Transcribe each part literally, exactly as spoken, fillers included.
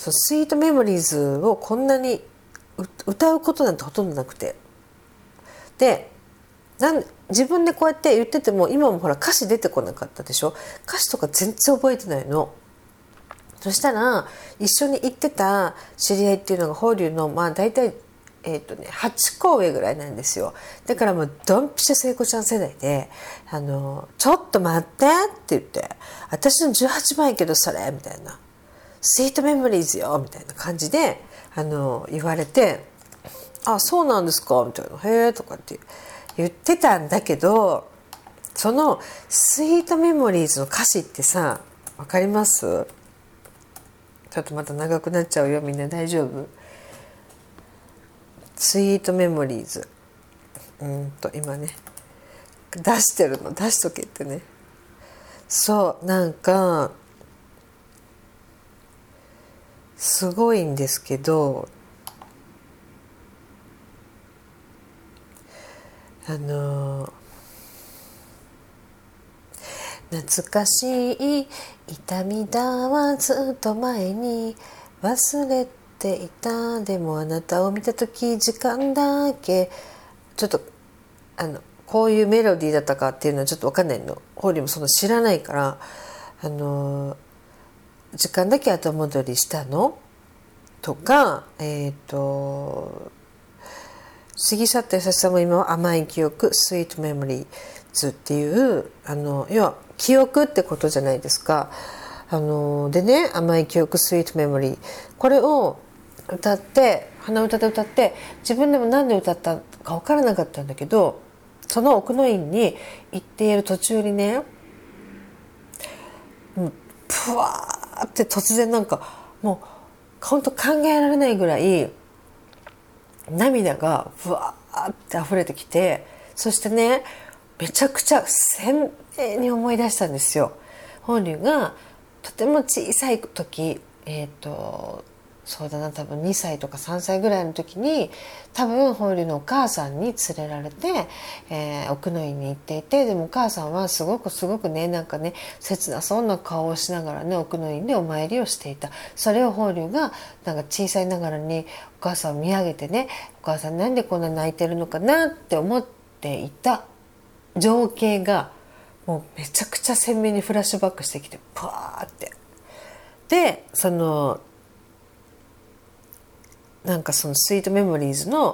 そうスイートメモリーズをこんなに歌うことなんてほとんどなくて、でなん自分でこうやって言ってても今もほら歌詞出てこなかったでしょ。歌詞とか全然覚えてないの。そしたら一緒に行ってた知り合いっていうのが法隆のまあ大体えーとね、はちこ上ぐらいなんですよ。だからもうドンピシャ聖子ちゃん世代で「あのちょっと待って」って言って「私のじゅうはちばんやけどそれ」みたいな「スイートメモリーズよ」みたいな感じであの言われて「あそうなんですか」みたいな「へえ」とかって言ってたんだけど、そのスイートメモリーズの歌詞ってさ分かります？ちょっとまた長くなっちゃうよ、みんな大丈夫？スイートメモリーズ、うんと今ね出してるの、出しとけってね。そうなんかすごいんですけど、あの懐かしい痛みだはずっと前に忘れていた、でもあなたを見た時時間だけ、ちょっとあのこういうメロディーだったかっていうのはちょっと分かんないの。ホーリーもその知らないから、あの時間だけ後戻りしたのとか、えっ、ー、と過ぎ去った優しさも今は甘い記憶、スイートメモリーズっていう、あの要は記憶ってことじゃないですか。あのでね、甘い記憶スイートメモリー、これを歌って鼻歌で歌って自分でも何で歌ったか分からなかったんだけど、その奥の院に行っている途中にね、もうプワーって突然なんかもう本当考えられないぐらい涙がブワーって溢れてきて、そしてねめちゃくちゃ鮮明に思い出したんですよ。本流がとても小さい時、えっ、ー、とそうだな、多分にさいとかさんさいぐらいの時に多分本流のお母さんに連れられて、えー、奥の院に行っていて、でもお母さんはすごくすごくねなんかね切なそうな顔をしながらね奥の院でお参りをしていた。それを本流がなんか小さいながらにお母さんを見上げてね、お母さんなんでこんな泣いてるのかなって思っていた情景がもうめちゃくちゃ鮮明にフラッシュバックしてきてパーって、でそのなんかそのスイートメモリーズの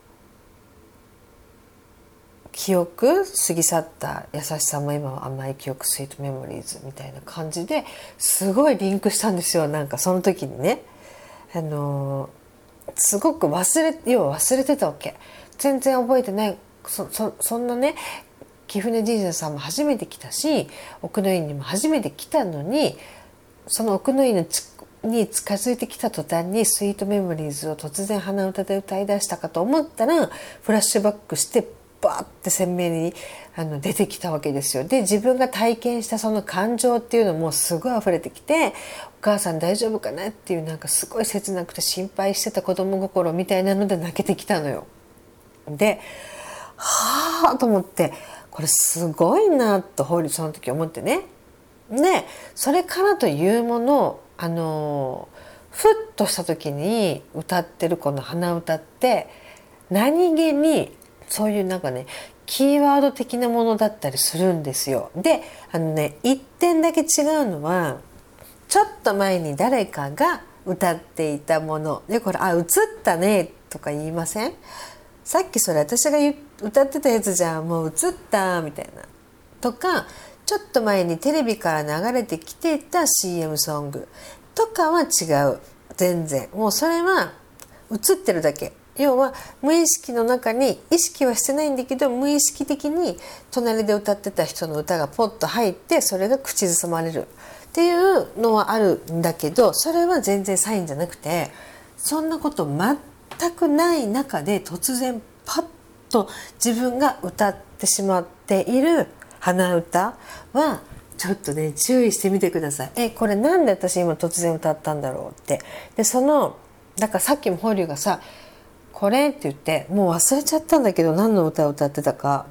記憶、過ぎ去った優しさも今は甘い記憶スイートメモリーズみたいな感じですごいリンクしたんですよ。なんかその時にね、あのすごく忘れ要は忘れてたわけ。全然覚えてない。 そ, そ, そんなね貴船神社さんも初めて来たし奥の院にも初めて来たのに、その奥の院のに近づいてきた途端にスイートメモリーズを突然鼻歌で歌い出したかと思ったらフラッシュバックしてバーって鮮明にあの出てきたわけですよ。で自分が体験したその感情っていうのもすごい溢れてきて、お母さん大丈夫かなっていうなんかすごい切なくて心配してた子供心みたいなので泣けてきたのよ。ではあと思って、これすごいなと法律その時思ってね。でそれからというもの、あのふっとした時に歌ってるこの鼻歌って何気にそういうなんかねキーワード的なものだったりするんですよ。であのね一点だけ違うのは、ちょっと前に誰かが歌っていたもので、これあ映ったねとか言いません？さっきそれ私が歌ってたやつじゃん、もう映ったみたいなとか、ちょっと前にテレビから流れてきてた シーエム ソングとかは違う。全然もうそれは映ってるだけ。要は無意識の中に意識はしてないんだけど、無意識的に隣で歌ってた人の歌がポッと入ってそれが口ずさまれるっていうのはあるんだけど、それは全然サインじゃなくて、そんなこと全くない中で突然パッと自分が歌ってしまっている鼻歌はちょっとね注意してみてください。えこれなんで私今突然歌ったんだろうって。でそのだからさっきも法隆がさこれって言ってもう忘れちゃったんだけど何の歌を歌ってたか、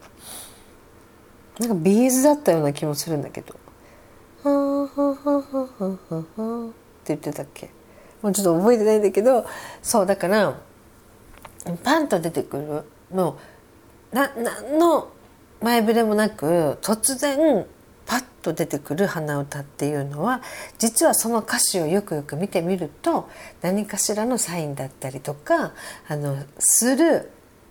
なんかビーズだったような気もするんだけど、はーはーはーはーはーはーって言ってたっけ。 もうちょっと覚えてないんだけど、そうだからパンと出てくるのな何の前触れもなく突然パッと出てくる鼻歌っていうのは、実はその歌詞をよくよく見てみると何かしらのサインだったりとかあのする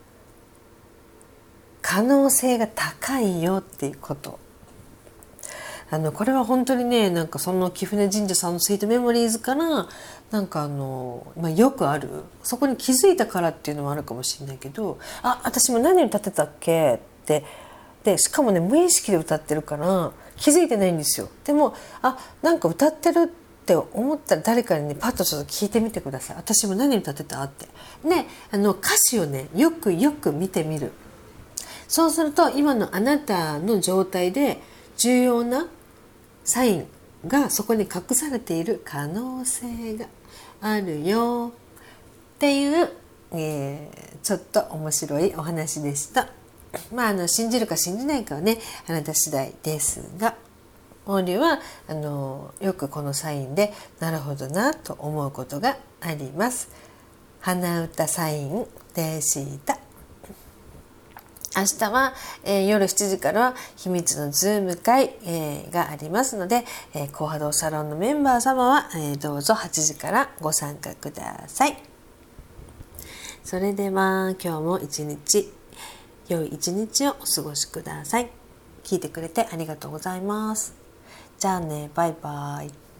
可能性が高いよっていうこと。あのこれは本当にね、なんかその貴船神社さんのスイートメモリーズからなんかあの、まあ、よくある、そこに気づいたからっていうのもあるかもしれないけど、あ、私も何歌ってたっけってで、しかもね無意識で歌ってるから気づいてないんですよ。でもあ、なんか歌ってるって思ったら誰かにねパッとちょっと聞いてみてください。私も何歌ってたってね、あの歌詞をねよくよく見てみる。そうすると今のあなたの状態で重要なサインがそこに隠されている可能性があるよっていう、えー、ちょっと面白いお話でした。まあ、あの信じるか信じないかはねあなた次第ですが、オーリュはあのよくこのサインでなるほどなと思うことがあります。鼻歌サインでした。明日は、えー、夜しちじからは秘密のズーム会、えー、がありますので、えー、高波動サロンのメンバー様は、えー、どうぞはちじからご参加ください。それでは今日も一日良い一日をお過ごしください。聞いてくれてありがとうございます。じゃあね、バイバイ。